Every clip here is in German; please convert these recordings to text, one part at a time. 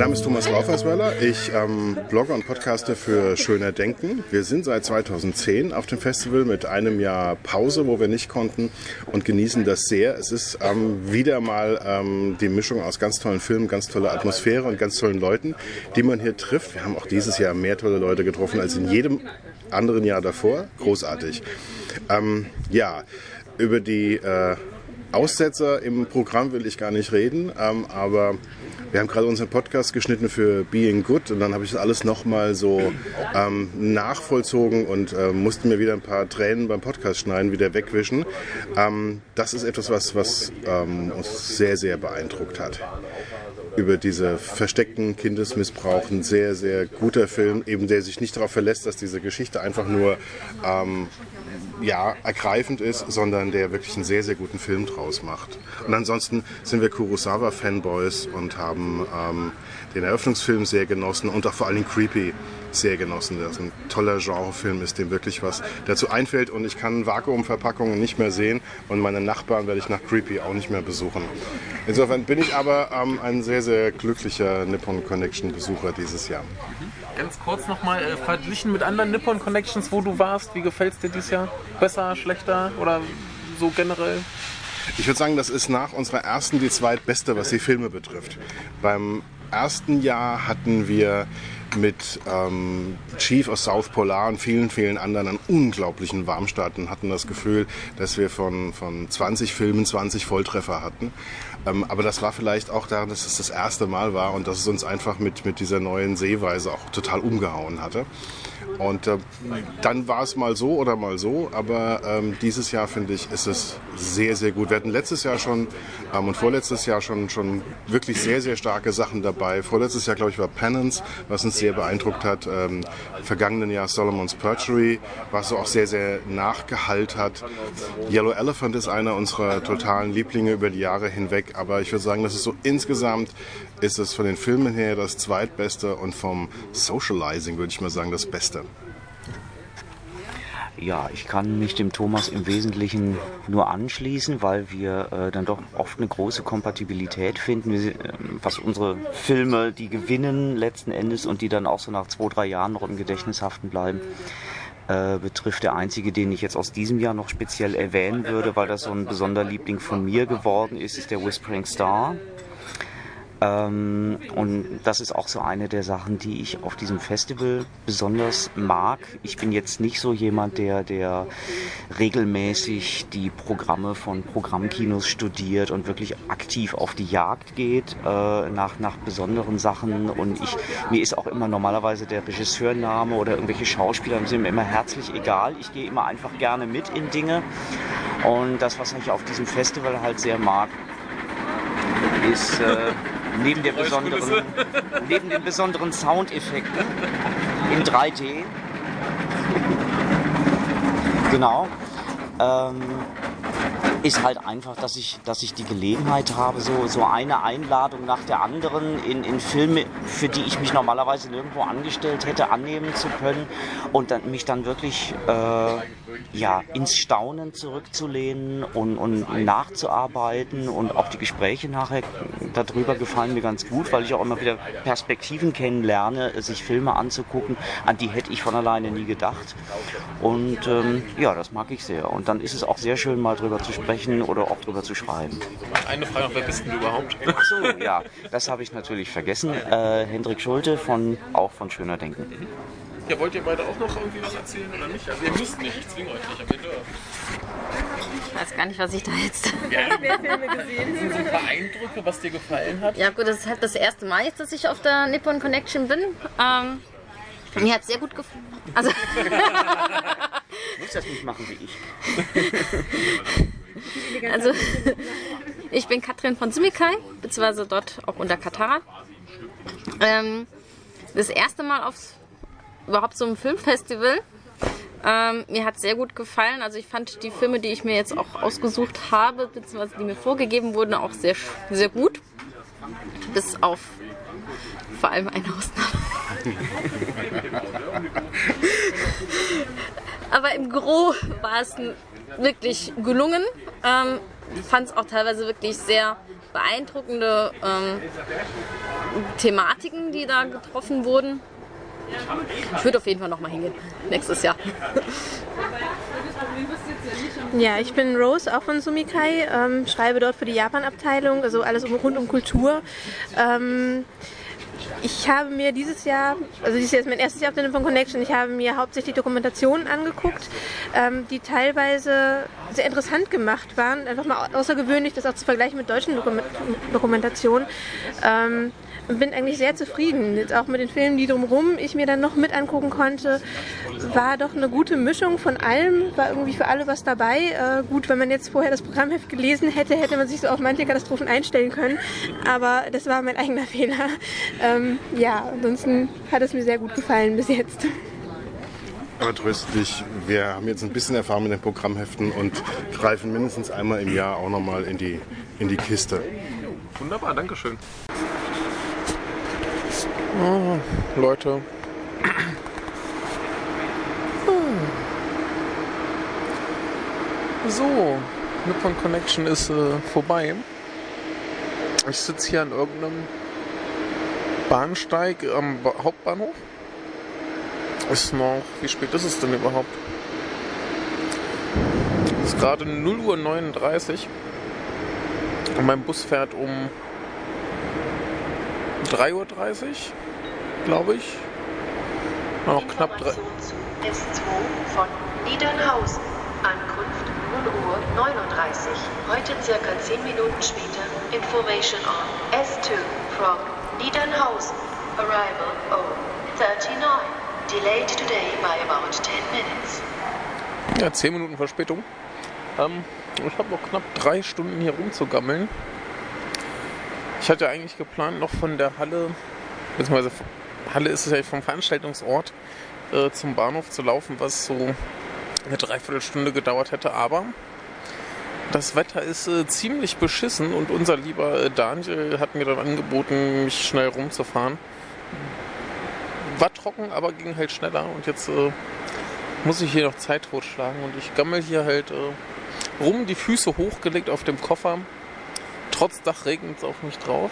Name ist Thomas Laufersweiler. Ich blogge und podcaste für Schöner Denken. Wir sind seit 2010 auf dem Festival mit einem Jahr Pause, wo wir nicht konnten, und genießen das sehr. Es ist wieder mal die Mischung aus ganz tollen Filmen, ganz toller Atmosphäre und ganz tollen Leuten, die man hier trifft. Wir haben auch dieses Jahr mehr tolle Leute getroffen als in jedem anderen Jahr davor. Großartig. Über die Aussetzer im Programm will ich gar nicht reden, aber wir haben gerade unseren Podcast geschnitten für Being Good und dann habe ich das alles nochmal so nachvollzogen und musste mir wieder ein paar Tränen beim Podcast schneiden, wieder wegwischen. Das ist etwas, was uns sehr, sehr beeindruckt hat. Über diese versteckten Kindesmissbrauch, ein sehr, sehr guter Film, eben der sich nicht darauf verlässt, dass diese Geschichte einfach nur ergreifend ist, sondern der wirklich einen sehr, sehr guten Film draus macht. Und ansonsten sind wir Kurosawa-Fanboys und haben den Eröffnungsfilm sehr genossen und auch vor allem Creepy sehr genossen. Das ein toller Genrefilm ist, dem wirklich was dazu einfällt, und ich kann Vakuumverpackungen nicht mehr sehen und meine Nachbarn werde ich nach Creepy auch nicht mehr besuchen. Insofern bin ich aber ein sehr, sehr glücklicher Nippon Connection Besucher dieses Jahr. Ganz kurz nochmal, verglichen mit anderen Nippon Connections, wo du warst, wie gefällt es dir dieses Jahr? Besser, schlechter oder so generell? Ich würde sagen, das ist nach unserer ersten die zweitbeste, was die Filme betrifft. Beim ersten Jahr hatten wir mit Chief aus South Polar und vielen, vielen anderen einen unglaublichen Warmstart und hatten das Gefühl, dass wir von 20 Filmen 20 Volltreffer hatten. Aber das war vielleicht auch daran, dass es das erste Mal war und dass es uns einfach mit dieser neuen Sehweise auch total umgehauen hatte. Und dann war es mal so oder mal so, aber dieses Jahr, finde ich, ist es sehr, sehr gut. Wir hatten letztes Jahr schon und vorletztes Jahr schon wirklich sehr, sehr starke Sachen dabei. Vorletztes Jahr, glaube ich, war Penance, was uns sehr beeindruckt hat. Vergangenen Jahr Solomon's Perjury, was so auch sehr, sehr nachgehallt hat. Yellow Elephant ist einer unserer totalen Lieblinge über die Jahre hinweg, aber ich würde sagen, das ist so insgesamt ist es von den Filmen her das zweitbeste und vom Socializing, würde ich mal sagen, das Beste. Ja, ich kann mich dem Thomas im Wesentlichen nur anschließen, weil wir dann doch oft eine große Kompatibilität finden, was unsere Filme, die gewinnen letzten Endes und die dann auch so nach 2-3 Jahren noch im Gedächtnis haften bleiben, betrifft. Der einzige, den ich jetzt aus diesem Jahr noch speziell erwähnen würde, weil das so ein besonderer Liebling von mir geworden ist der Whispering Star. Und das ist auch so eine der Sachen, die ich auf diesem Festival besonders mag. Ich bin jetzt nicht so jemand, der regelmäßig die Programme von Programmkinos studiert und wirklich aktiv auf die Jagd geht nach besonderen Sachen. Und mir ist auch immer normalerweise der Regisseurname oder irgendwelche Schauspieler sind mir immer herzlich egal. Ich gehe immer einfach gerne mit in Dinge. Und das, was ich auf diesem Festival halt sehr mag, ist neben den besonderen Soundeffekten in 3D, genau, ist halt einfach, dass ich die Gelegenheit habe, so eine Einladung nach der anderen in Filme, für die ich mich normalerweise nirgendwo angestellt hätte, annehmen zu können und mich dann wirklich ins Staunen zurückzulehnen und nachzuarbeiten, und auch die Gespräche nachher darüber gefallen mir ganz gut, weil ich auch immer wieder Perspektiven kennenlerne, sich Filme anzugucken, an die hätte ich von alleine nie gedacht, und das mag ich sehr, und dann ist es auch sehr schön, mal drüber zu sprechen oder auch drüber zu schreiben. Eine Frage noch, wer bist denn du überhaupt? Ach so, ja, das habe ich natürlich vergessen. Hendrik Schulte, auch von Schöner Denken. Ja, wollt ihr beide auch noch irgendwie was erzählen oder nicht? Also ihr müsst nicht, ich zwinge euch nicht, aber ihr dürft. Ich weiß gar nicht, was ich da jetzt mehr Filme gesehen. Sind so ein paar Eindrücke, was dir gefallen hat? Ja gut, das ist halt das erste Mal jetzt, dass ich auf der Nippon Connection bin. Mir hat es sehr gut gefallen. Also du musst das nicht machen wie ich. Also ich bin Katrin von Sumikai, beziehungsweise dort auch unter Katara. Das erste Mal auf überhaupt so einem Filmfestival. Mir hat es sehr gut gefallen. Also ich fand die Filme, die ich mir jetzt auch ausgesucht habe, beziehungsweise die mir vorgegeben wurden, auch sehr, sehr gut. Bis auf vor allem eine Ausnahme. Aber im Gros war es wirklich gelungen. Ich fand es auch teilweise wirklich sehr beeindruckende Thematiken, die da getroffen wurden. Ich würde auf jeden Fall nochmal hingehen, nächstes Jahr. Ja, ich bin Rose, auch von Sumikai, schreibe dort für die Japan-Abteilung, also alles rund um Kultur. Ich habe mir dieses Jahr ist mein erstes Jahr auf der Nippon Connection, ich habe mir hauptsächlich Dokumentationen angeguckt, die teilweise sehr interessant gemacht waren, einfach mal außergewöhnlich, das auch zu vergleichen mit deutschen Dokumentationen. Und bin eigentlich sehr zufrieden. Jetzt auch mit den Filmen, die drumherum ich mir dann noch mit angucken konnte, war doch eine gute Mischung von allem, war irgendwie für alle was dabei. Gut, wenn man jetzt vorher das Programmheft gelesen hätte, hätte man sich so auf manche Katastrophen einstellen können, aber das war mein eigener Fehler. Ansonsten hat es mir sehr gut gefallen bis jetzt. Aber tröste dich, wir haben jetzt ein bisschen Erfahrung mit den Programmheften und greifen mindestens einmal im Jahr auch nochmal in die Kiste. Wunderbar, Dankeschön. Oh, Leute. So, Nippon Connection ist vorbei. Ich sitze hier an irgendeinem Bahnsteig am Hauptbahnhof. Ist noch, wie spät ist es denn überhaupt? Es ist gerade 0:39 Uhr und mein Bus fährt um 3:30 Uhr, glaube ich. Noch knapp 3. S2 von Niedernhausen. Ankunft 0:39 Uhr. Heute circa 10 Minuten später. Information on S2 from Niedernhausen. Arrival 0:39. Delayed today by about 10 minutes. Ja, 10 Minuten Verspätung. Ich habe noch knapp 3 Stunden hier rumzugammeln. Ich hatte eigentlich geplant, noch von der Halle, beziehungsweise Halle ist es ja vom Veranstaltungsort, zum Bahnhof zu laufen, was so eine Dreiviertelstunde gedauert hätte, aber das Wetter ist ziemlich beschissen und unser lieber Daniel hat mir dann angeboten, mich schnell rumzufahren. War trocken, aber ging halt schneller und jetzt muss ich hier noch Zeit totschlagen und ich gammel hier halt rum, die Füße hochgelegt auf dem Koffer. Trotz Dach regnet es auf mich drauf.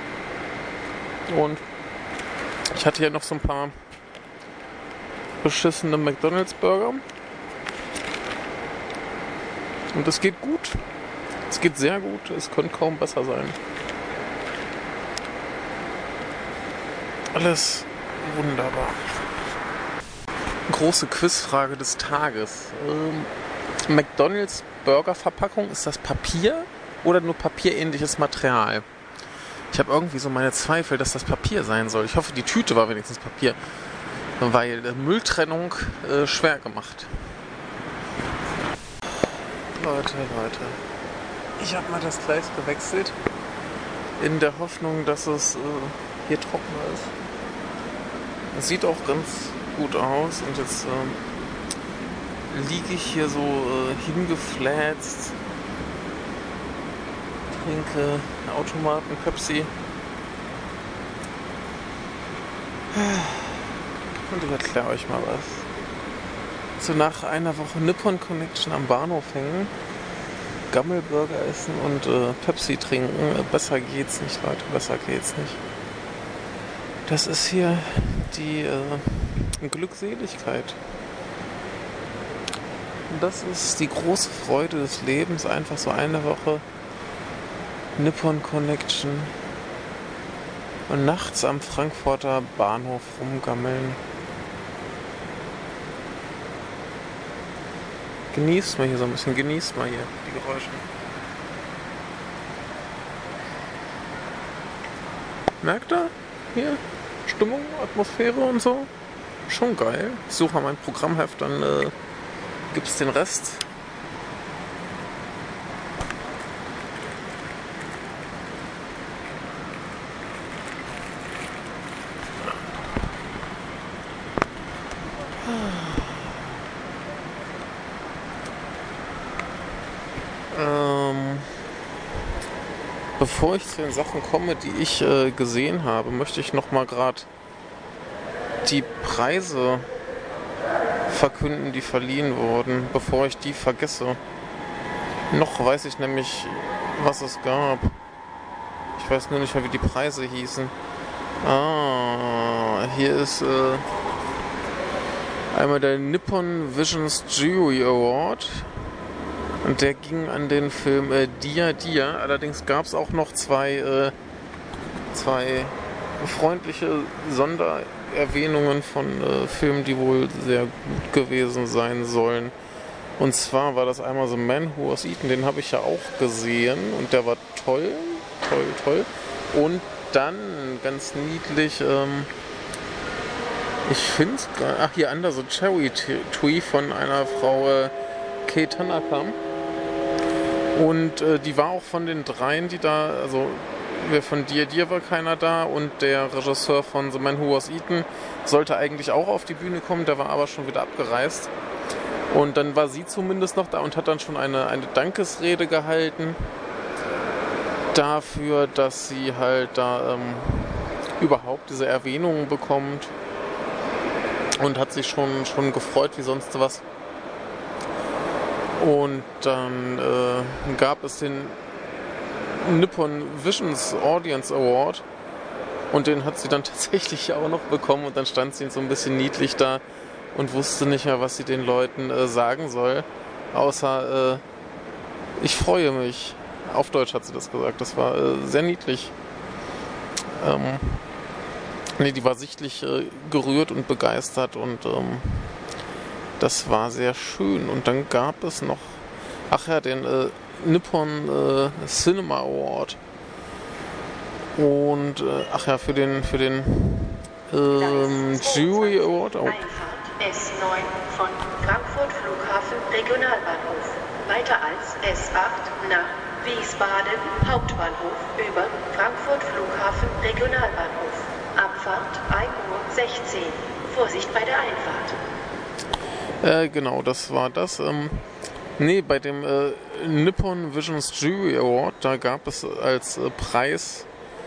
Und ich hatte hier noch so ein paar beschissene McDonald's-Burger. Und es geht gut. Es geht sehr gut. Es könnte kaum besser sein. Alles wunderbar. Große Quizfrage des Tages. McDonald's Burgerverpackung, ist das Papier oder nur papierähnliches Material? Ich habe irgendwie so meine Zweifel, dass das Papier sein soll. Ich hoffe, die Tüte war wenigstens Papier, weil Mülltrennung schwer gemacht. Leute. Ich habe mal das Gleis gewechselt, in der Hoffnung, dass es hier trockener ist. Es sieht auch ganz gut aus und jetzt liege ich hier so hingefläzt, trinke Automaten Pepsi und ich erkläre euch mal was. So nach einer Woche Nippon Connection am Bahnhof hängen, Gammelburger essen und Pepsi trinken, besser geht's nicht, Leute, besser geht's nicht. Das ist hier die Glückseligkeit. Das ist die große Freude des Lebens, einfach so eine Woche Nippon Connection und nachts am Frankfurter Bahnhof rumgammeln. Genießt mal hier so ein bisschen, genießt mal hier die Geräusche. Merkt ihr? Hier, Stimmung, Atmosphäre und so. Schon geil. Ich suche mal mein Programmheft, dann gibt's den Rest. Bevor ich zu den Sachen komme, die ich gesehen habe, möchte ich noch mal gerade die Preise verkünden, die verliehen wurden, bevor ich die vergesse. Noch weiß ich nämlich, was es gab. Ich weiß nur nicht mehr, wie die Preise hießen. Hier ist einmal der Nippon Visions Jury Award. Und der ging an den Film Dia Dia. Allerdings gab es auch noch zwei freundliche Sondererwähnungen von Filmen, die wohl sehr gut gewesen sein sollen. Und zwar war das einmal The Man Who Was Eaten, den habe ich ja auch gesehen und der war toll. Und dann, ganz niedlich, ich finde es gerade, hier Under the Cherry Tree von einer Frau Kei Tanaka. Und die war auch von den dreien, die da, also von Dir war keiner da und der Regisseur von The Man Who Was Eaten sollte eigentlich auch auf die Bühne kommen, der war aber schon wieder abgereist. Und dann war sie zumindest noch da und hat dann schon eine Dankesrede gehalten dafür, dass sie halt da überhaupt diese Erwähnungen bekommt und hat sich schon gefreut wie sonst was. Und dann gab es den Nippon Visions Audience Award und den hat sie dann tatsächlich auch noch bekommen und dann stand sie so ein bisschen niedlich da und wusste nicht mehr, was sie den Leuten sagen soll, außer ich freue mich. Auf Deutsch hat sie das gesagt, das war sehr niedlich. Die war sichtlich gerührt und begeistert und das war sehr schön. Und dann gab es noch, den Nippon Cinema Award. Und für den Jury Award auch. S9 von Frankfurt Flughafen Regionalbahnhof. Weiter als S8 nach Wiesbaden Hauptbahnhof über Frankfurt Flughafen Regionalbahnhof. Abfahrt 1:16 Uhr. Vorsicht bei der Einfahrt. Genau, das war das. Bei dem Nippon Visions Jury Award, da gab es als Preis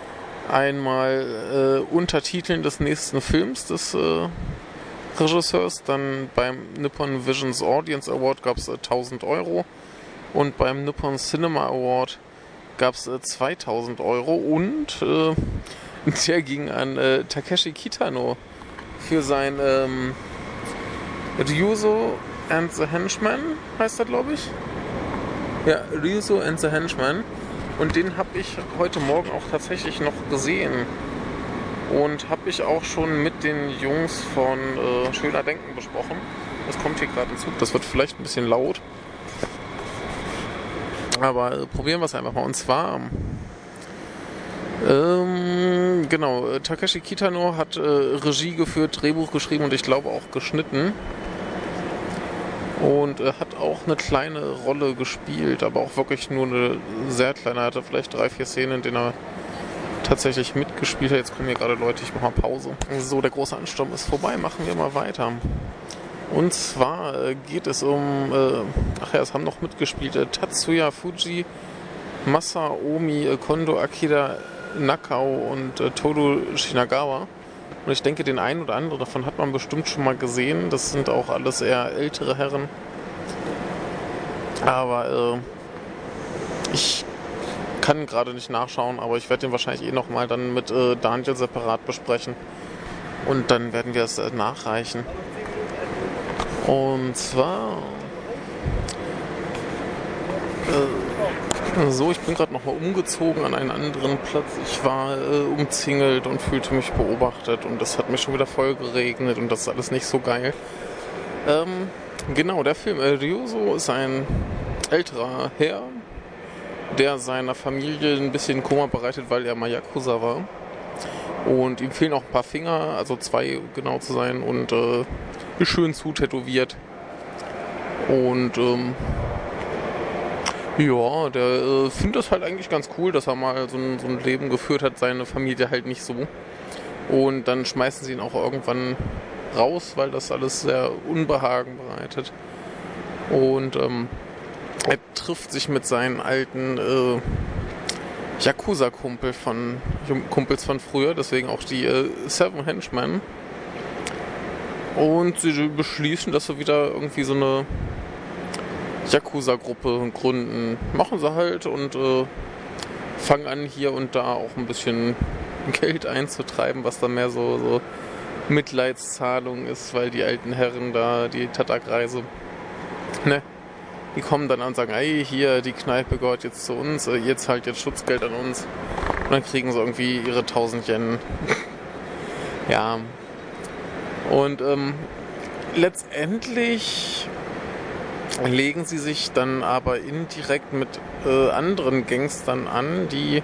einmal Untertiteln des nächsten Films des Regisseurs. Dann beim Nippon Visions Audience Award gab es 1.000 Euro und beim Nippon Cinema Award gab es 2.000 Euro und der ging an Takeshi Kitano für sein Ryuzo and the Henchman, heißt das, glaube ich. Ja, Ryuzo and the Henchman. Und den habe ich heute Morgen auch tatsächlich noch gesehen. Und habe ich auch schon mit den Jungs von Schöner Denken besprochen. Das kommt hier gerade im Zug, das wird vielleicht ein bisschen laut. Aber probieren wir es einfach mal. Und zwar, Takeshi Kitano hat Regie geführt, Drehbuch geschrieben und ich glaube auch geschnitten. Und hat auch eine kleine Rolle gespielt, aber auch wirklich nur eine sehr kleine. Er hatte vielleicht 3-4 Szenen, in denen er tatsächlich mitgespielt hat. Jetzt kommen hier gerade Leute, ich mache mal Pause. So, der große Ansturm ist vorbei, machen wir mal weiter. Und zwar geht es um, es haben noch mitgespielt Tatsuya Fuji, Masaomi Kondo, Akira Nakao und Toru Shinagawa. Und ich denke, den einen oder anderen davon hat man bestimmt schon mal gesehen. Das sind auch alles eher ältere Herren. Aber ich kann gerade nicht nachschauen, aber ich werde den wahrscheinlich nochmal dann mit Daniel separat besprechen. Und dann werden wir es nachreichen. Und zwar ich bin gerade nochmal umgezogen an einen anderen Platz. Ich war umzingelt und fühlte mich beobachtet und es hat mir schon wieder voll geregnet und das ist alles nicht so geil. Der Film Ryuzo ist ein älterer Herr, der seiner Familie ein bisschen Kummer bereitet, weil er mal Yakuza war. Und ihm fehlen auch ein paar Finger, also 2 genau zu sein und schön zutätowiert. Und der findet das halt eigentlich ganz cool, dass er mal so ein Leben geführt hat, seine Familie halt nicht so. Und dann schmeißen sie ihn auch irgendwann raus, weil das alles sehr Unbehagen bereitet. Und er trifft sich mit seinen alten Yakuza-Kumpels von früher, deswegen auch die Seven Henchmen. Und sie beschließen, dass sie wieder irgendwie so eine Yakuza-Gruppe gründen. Machen sie halt und fangen an, hier und da auch ein bisschen Geld einzutreiben, was dann mehr so Mitleidszahlung ist, weil die alten Herren da, die Tatakreise, ne, die kommen dann an und sagen, ey, hier, die Kneipe gehört jetzt zu uns, ihr zahlt jetzt Schutzgeld an uns. Und dann kriegen sie irgendwie ihre 1000 Yen. Ja. Und letztendlich legen sie sich dann aber indirekt mit anderen Gangstern an, die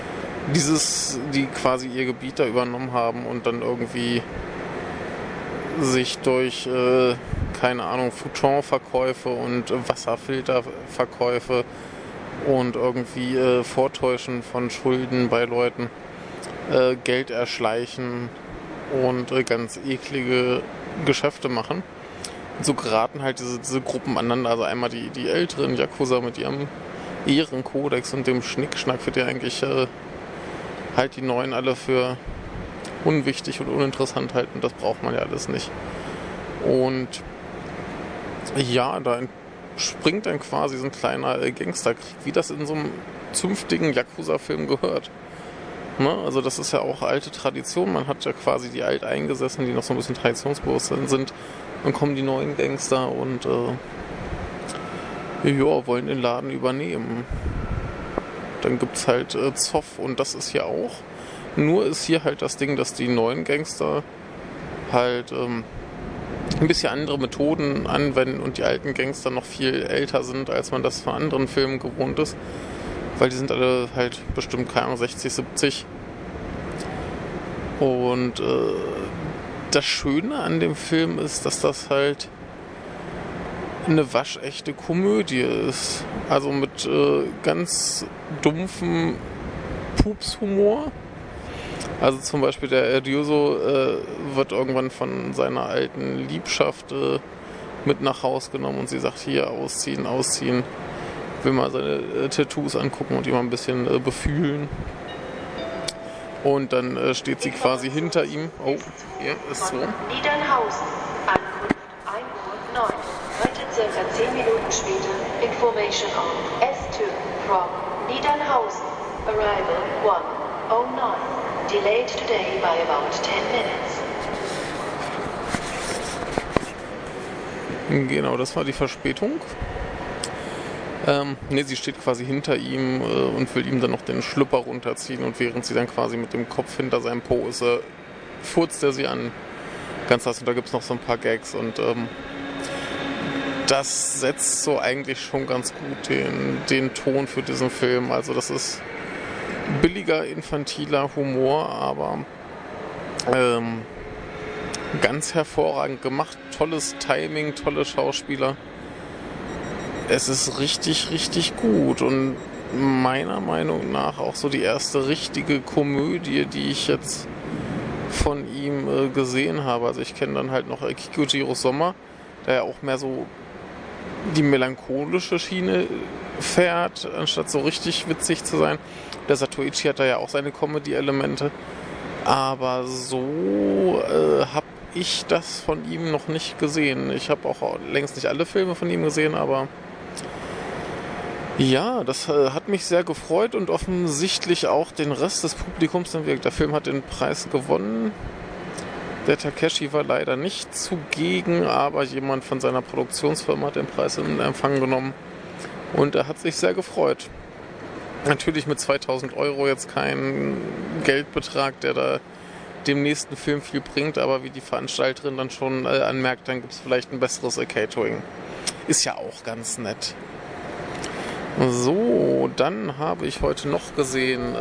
quasi ihr Gebiet da übernommen haben und dann irgendwie sich durch, keine Ahnung, Futon-Verkäufe und Wasserfilterverkäufe und irgendwie Vortäuschen von Schulden bei Leuten Geld erschleichen und ganz eklige Geschäfte machen. Und so geraten halt diese Gruppen aneinander. Also einmal die älteren Yakuza mit ihrem Ehrenkodex und dem Schnickschnack, für die eigentlich halt die Neuen alle für unwichtig und uninteressant halten. Das braucht man ja alles nicht. Und ja, da springt dann quasi so ein kleiner Gangsterkrieg, wie das in so einem zünftigen Yakuza-Film gehört. Ne? Also das ist ja auch alte Tradition. Man hat ja quasi die Alteingesessenen, die noch so ein bisschen traditionsbewusst sind. Dann kommen die neuen Gangster und wollen den Laden übernehmen. Dann gibt's halt Zoff und das ist hier auch. Nur ist hier halt das Ding, dass die neuen Gangster halt ein bisschen andere Methoden anwenden und die alten Gangster noch viel älter sind, als man das von anderen Filmen gewohnt ist. Weil die sind alle halt bestimmt, keine Ahnung, 60, 70. Und das Schöne an dem Film ist, dass das halt eine waschechte Komödie ist. Also mit ganz dumpfem Pupshumor. Also zum Beispiel der Ryuzo wird irgendwann von seiner alten Liebschaft mit nach Haus genommen und sie sagt, hier, ausziehen. Will mal seine Tattoos angucken und ihn mal ein bisschen befühlen. Und dann steht sie quasi hinter ihm. Oh, hier ist so. Niedernhausen, Ankunft 1:09 Uhr. Heute circa 10 Minuten später, Information on S2 from Niedernhausen. Arrival 1:09. Delayed today by about 10 minutes. Genau, das war die Verspätung. Sie steht quasi hinter ihm und will ihm dann noch den Schlüpper runterziehen und während sie dann quasi mit dem Kopf hinter seinem Po ist, furzt er sie an. Ganz krass, und da gibt es noch so ein paar Gags und das setzt so eigentlich schon ganz gut den Ton für diesen Film. Also das ist billiger, infantiler Humor, aber ganz hervorragend gemacht. Tolles Timing, tolle Schauspieler. Es ist richtig, richtig gut und meiner Meinung nach auch so die erste richtige Komödie, die ich jetzt von ihm gesehen habe. Also ich kenne dann halt noch Kikujiro Sommer, der ja auch mehr so die melancholische Schiene fährt, anstatt so richtig witzig zu sein. Der Satoichi hat da ja auch seine Comedy-Elemente. Aber so habe ich das von ihm noch nicht gesehen. Ich habe auch längst nicht alle Filme von ihm gesehen, aber ja, das hat mich sehr gefreut und offensichtlich auch den Rest des Publikums. Der Film hat den Preis gewonnen. Der Takeshi war leider nicht zugegen, aber jemand von seiner Produktionsfirma hat den Preis in Empfang genommen und er hat sich sehr gefreut. Natürlich mit 2000 € jetzt kein Geldbetrag, der da dem nächsten Film viel bringt, aber wie die Veranstalterin dann schon anmerkt, dann gibt es vielleicht ein besseres Catering. Ist ja auch ganz nett. So, dann habe ich heute noch gesehen,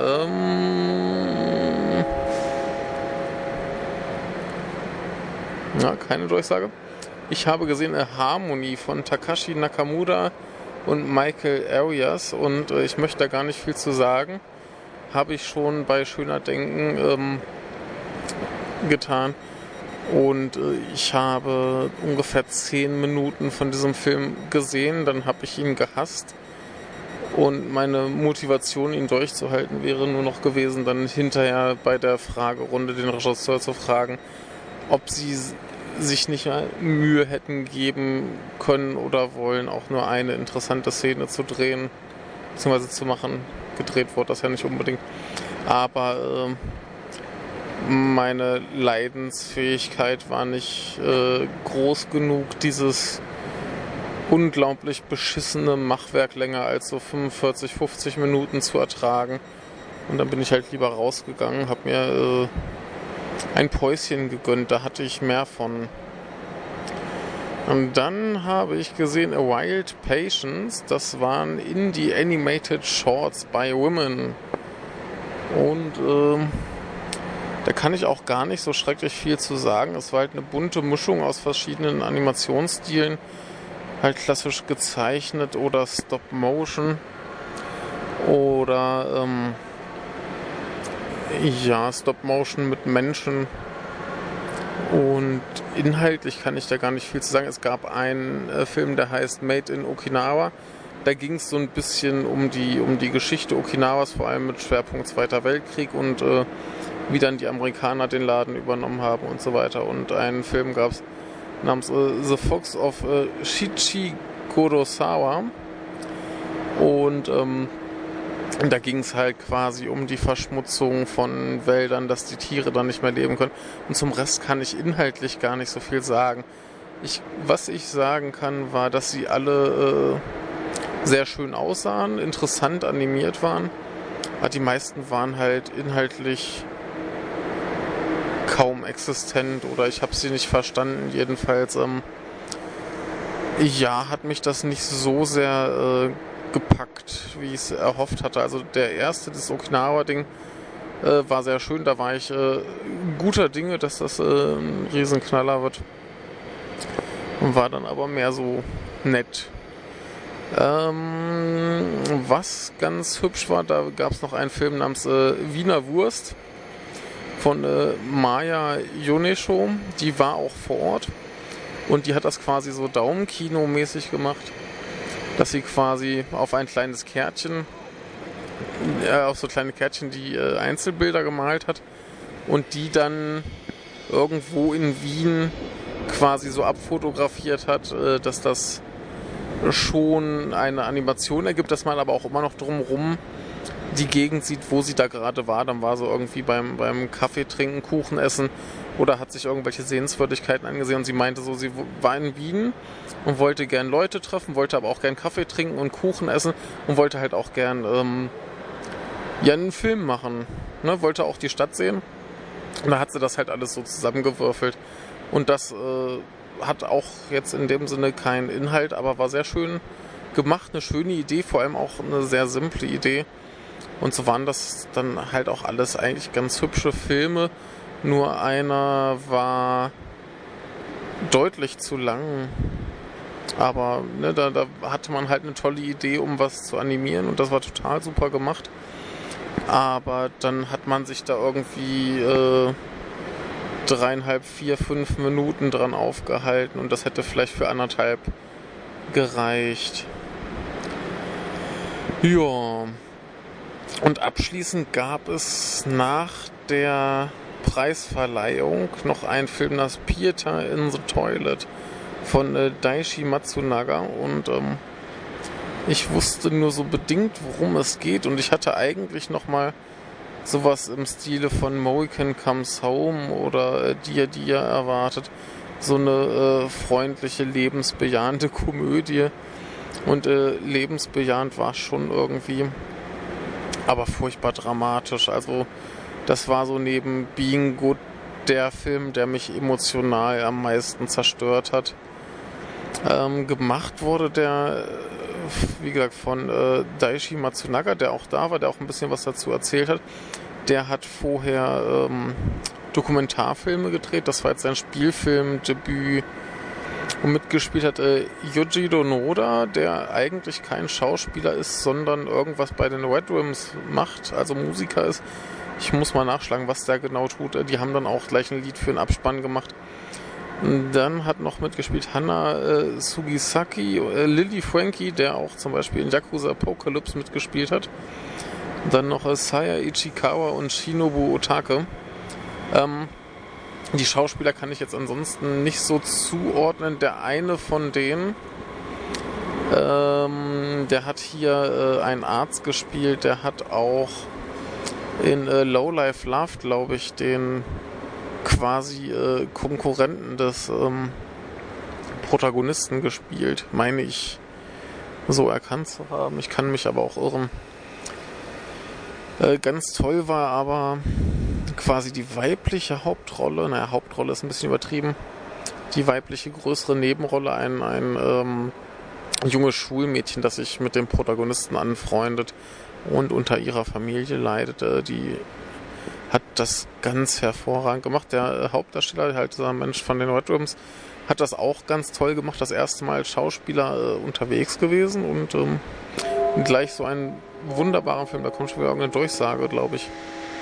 keine Durchsage. Ich habe gesehen Harmony von Takashi Nakamura und Michael Arias und ich möchte da gar nicht viel zu sagen. Habe ich schon bei Schöner Denken getan und ich habe ungefähr 10 Minuten von diesem Film gesehen, dann habe ich ihn gehasst und meine Motivation, ihn durchzuhalten, wäre nur noch gewesen, dann hinterher bei der Fragerunde den Regisseur zu fragen, ob sie sich nicht mal Mühe hätten geben können oder wollen, auch nur eine interessante Szene zu drehen, bzw. zu machen. gedreht wurde, das ja nicht unbedingt. Aber meine Leidensfähigkeit war nicht groß genug, dieses unglaublich beschissene Machwerk länger als so 45, 50 Minuten zu ertragen. Und dann bin ich halt lieber rausgegangen, habe mir ein Päuschen gegönnt, da hatte ich mehr von. Und dann habe ich gesehen A Wild Patience, das waren Indie Animated Shorts by Women. Und da kann ich auch gar nicht so schrecklich viel zu sagen. Es war halt eine bunte Mischung aus verschiedenen Animationsstilen, halt klassisch gezeichnet oder Stop-Motion oder Stop-Motion mit Menschen. Und inhaltlich kann ich da gar nicht viel zu sagen. Es gab einen Film, der heißt Made in Okinawa. Da ging es so ein bisschen um die Geschichte Okinawas, vor allem mit Schwerpunkt Zweiter Weltkrieg und wie dann die Amerikaner den Laden übernommen haben und so weiter. Und einen Film gab es namens The Fox of Shichigorosawa. Und da ging es halt quasi um die Verschmutzung von Wäldern, dass die Tiere dann nicht mehr leben können. Und zum Rest kann ich inhaltlich gar nicht so viel sagen. Was ich sagen kann, war, dass sie alle sehr schön aussahen, interessant animiert waren. Aber die meisten waren halt inhaltlich kaum existent oder ich habe sie nicht verstanden. Jedenfalls hat mich das nicht so sehr gepackt, wie ich es erhofft hatte. Also der erste, das Okinawa-Ding, war sehr schön. Da war ich guter Dinge, dass das ein Riesenknaller wird. War dann aber mehr so nett. Was ganz hübsch war, da gab es noch einen Film namens Wiener Wurst von Maya Yonesho. Die war auch vor Ort und die hat das quasi so Daumenkino-mäßig gemacht, dass sie quasi auf ein kleines Kärtchen, auf so kleine Kärtchen die Einzelbilder gemalt hat und die dann irgendwo in Wien quasi so abfotografiert hat, dass das schon eine Animation ergibt, dass man aber auch immer noch drumherum die Gegend sieht, wo sie da gerade war. Dann war sie irgendwie beim Kaffee trinken, Kuchen essen oder hat sich irgendwelche Sehenswürdigkeiten angesehen und sie meinte so, sie war in Wien und wollte gern Leute treffen, wollte aber auch gern Kaffee trinken und Kuchen essen und wollte halt auch gern einen Film machen. Ne? Wollte auch die Stadt sehen. Und da hat sie das halt alles so zusammengewürfelt. Und das hat auch jetzt in dem Sinne keinen Inhalt, aber war sehr schön gemacht, eine schöne Idee, vor allem auch eine sehr simple Idee. Und so waren das dann halt auch alles eigentlich ganz hübsche Filme. Nur einer war deutlich zu lang. Aber ne, da hatte man halt eine tolle Idee, um was zu animieren und das war total super gemacht. Aber dann hat man sich da irgendwie 3,5, 4, 5 Minuten dran aufgehalten und das hätte vielleicht für 1,5 gereicht. Ja. Und abschließend gab es nach der Preisverleihung noch einen Film, das Pieta in the Toilet von Daishi Matsunaga und ich wusste nur so bedingt, worum es geht und ich hatte eigentlich nochmal sowas im Stile von Mohican Comes Home oder Dear Dear erwartet. So eine freundliche, lebensbejahende Komödie. Und lebensbejahend war es schon irgendwie, aber furchtbar dramatisch. Also das war so neben Being Good der Film, der mich emotional am meisten zerstört hat. Gemacht wurde der, wie gesagt, von Daishi Matsunaga, der auch da war, der auch ein bisschen was dazu erzählt hat. Der hat vorher Dokumentarfilme gedreht. Das war jetzt sein Spielfilmdebüt. Und mitgespielt hat Yujiro Noda, der eigentlich kein Schauspieler ist, sondern irgendwas bei den Red Rims macht, also Musiker ist. Ich muss mal nachschlagen, was der genau tut. Die haben dann auch gleich ein Lied für den Abspann gemacht. Und dann hat noch mitgespielt Hana Sugisaki, Lily Frankie, der auch zum Beispiel in Yakuza Apocalypse mitgespielt hat. Dann noch Saya Ichikawa und Shinobu Otake. Die Schauspieler kann ich jetzt ansonsten nicht so zuordnen. Der eine von denen Der hat hier einen Arzt gespielt, der hat auch in Lowlife Love, glaube ich, den quasi Konkurrenten des Protagonisten gespielt, meine ich so erkannt zu haben. Ich kann mich aber auch irren. Ganz toll war aber quasi die weibliche Hauptrolle, naja, Hauptrolle ist ein bisschen übertrieben, die weibliche größere Nebenrolle, ein junges Schulmädchen, das sich mit dem Protagonisten anfreundet und unter ihrer Familie leidet. Die hat das ganz hervorragend gemacht. Der Hauptdarsteller, halt dieser Mensch von den Red Ribbons, hat das auch ganz toll gemacht. Das erste Mal als Schauspieler unterwegs gewesen und gleich so einen wunderbaren Film. Da kommt schon wieder irgendeine Durchsage, glaube ich.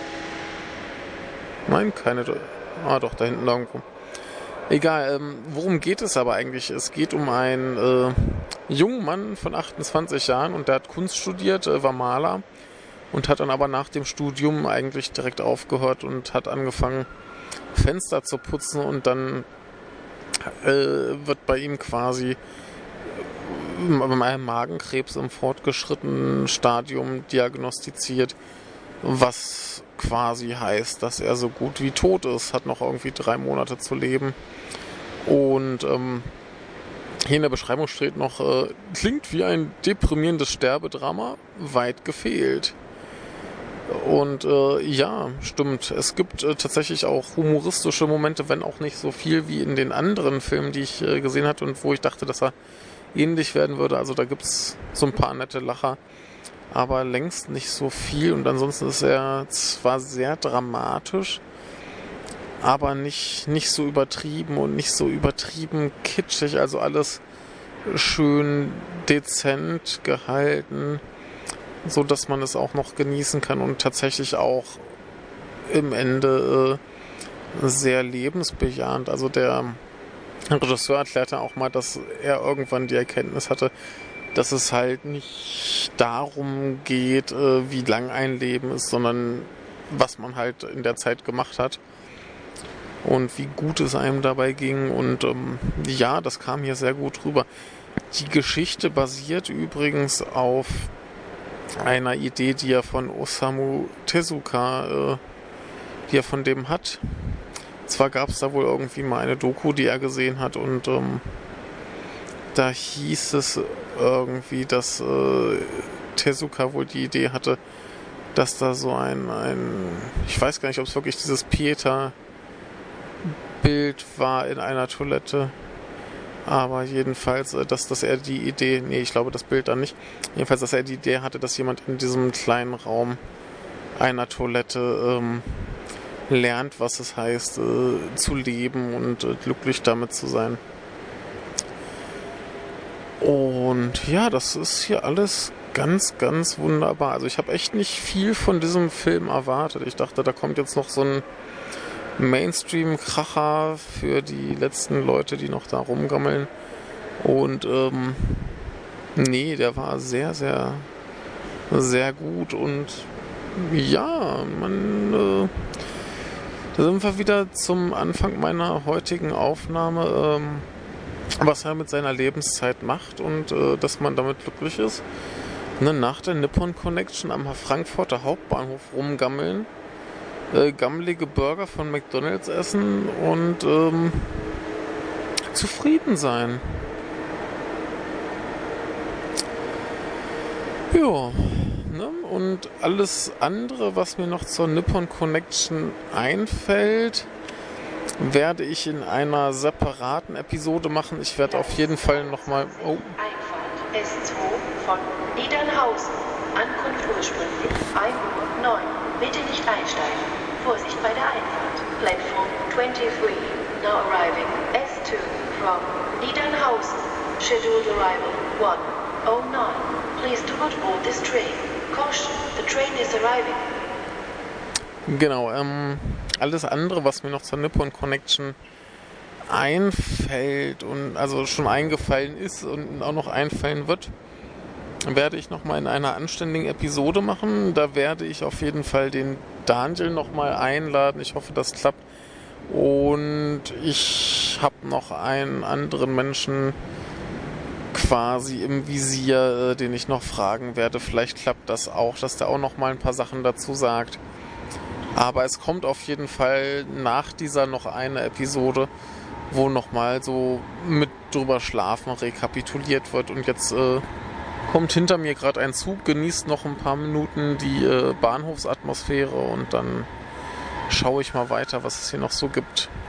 Nein, keine Durchsage. Ah doch, da hinten irgendwo. Egal, worum geht es aber eigentlich? Es geht um einen jungen Mann von 28 Jahren und der hat Kunst studiert, war Maler und hat dann aber nach dem Studium eigentlich direkt aufgehört und hat angefangen, Fenster zu putzen und dann wird bei ihm quasi Magenkrebs im fortgeschrittenen Stadium diagnostiziert, was quasi heißt, dass er so gut wie tot ist, hat noch irgendwie 3 Monate zu leben. Und hier in der Beschreibung steht noch, klingt wie ein deprimierendes Sterbedrama, weit gefehlt. Und ja, stimmt. Es gibt tatsächlich auch humoristische Momente, wenn auch nicht so viel wie in den anderen Filmen, die ich gesehen hatte und wo ich dachte, dass er ähnlich werden würde. Also da gibt es so ein paar nette Lacher, aber längst nicht so viel. Und ansonsten ist er zwar sehr dramatisch, aber nicht so übertrieben und nicht so übertrieben kitschig. Also alles schön dezent gehalten, so dass man es auch noch genießen kann und tatsächlich auch im Ende sehr lebensbejahend. Also der Regisseur erklärte auch mal, dass er irgendwann die Erkenntnis hatte, dass es halt nicht darum geht, wie lang ein Leben ist, sondern was man halt in der Zeit gemacht hat und wie gut es einem dabei ging. Und ja, das kam hier sehr gut rüber. Die Geschichte basiert übrigens auf einer Idee, die er von Osamu Tezuka, die er von dem hat. Zwar gab es da wohl irgendwie mal eine Doku, die er gesehen hat und da hieß es irgendwie, dass Tezuka wohl die Idee hatte, dass da so ein ich weiß gar nicht, ob es wirklich dieses Pieta-Bild war in einer Toilette, aber jedenfalls, dass er die Idee, nee, ich glaube das Bild dann nicht, jedenfalls, dass er die Idee hatte, dass jemand in diesem kleinen Raum einer Toilette lernt, was es heißt, zu leben und glücklich damit zu sein. Und ja, das ist hier alles ganz, ganz wunderbar. Also ich habe echt nicht viel von diesem Film erwartet. Ich dachte, da kommt jetzt noch so ein Mainstream-Kracher für die letzten Leute, die noch da rumgammeln. Und nee, der war sehr, sehr, sehr gut. Und ja, da sind wir wieder zum Anfang meiner heutigen Aufnahme, was er mit seiner Lebenszeit macht und dass man damit glücklich ist. Ne, nach der Nippon Connection am Frankfurter Hauptbahnhof rumgammeln, gammelige Burger von McDonald's essen und zufrieden sein. Ja, ne? Und alles andere, was mir noch zur Nippon Connection einfällt, werde ich in einer separaten Episode machen. Ich werde auf jeden Fall nochmal... Oh. Einfahrt S2 von Niedernhausen. Ankunft ursprünglich 1:09 Uhr. Bitte nicht einsteigen. Vorsicht bei der Einfahrt. Platform 23. Now arriving S2 from Niedernhausen. Scheduled arrival 1:09. Please do not board this train. Caution, the train is arriving. Genau, alles andere, was mir noch zur Nippon Connection einfällt und also schon eingefallen ist und auch noch einfallen wird, werde ich nochmal in einer anständigen Episode machen. Da werde ich auf jeden Fall den Daniel nochmal einladen. Ich hoffe, das klappt. Und ich habe noch einen anderen Menschen quasi im Visier, den ich noch fragen werde. Vielleicht klappt das auch, dass der auch noch mal ein paar Sachen dazu sagt. Aber es kommt auf jeden Fall nach dieser noch eine Episode, wo noch mal so mit drüber schlafen rekapituliert wird. Und jetzt kommt hinter mir gerade ein Zug, genießt noch ein paar Minuten die Bahnhofsatmosphäre und dann schaue ich mal weiter, was es hier noch so gibt.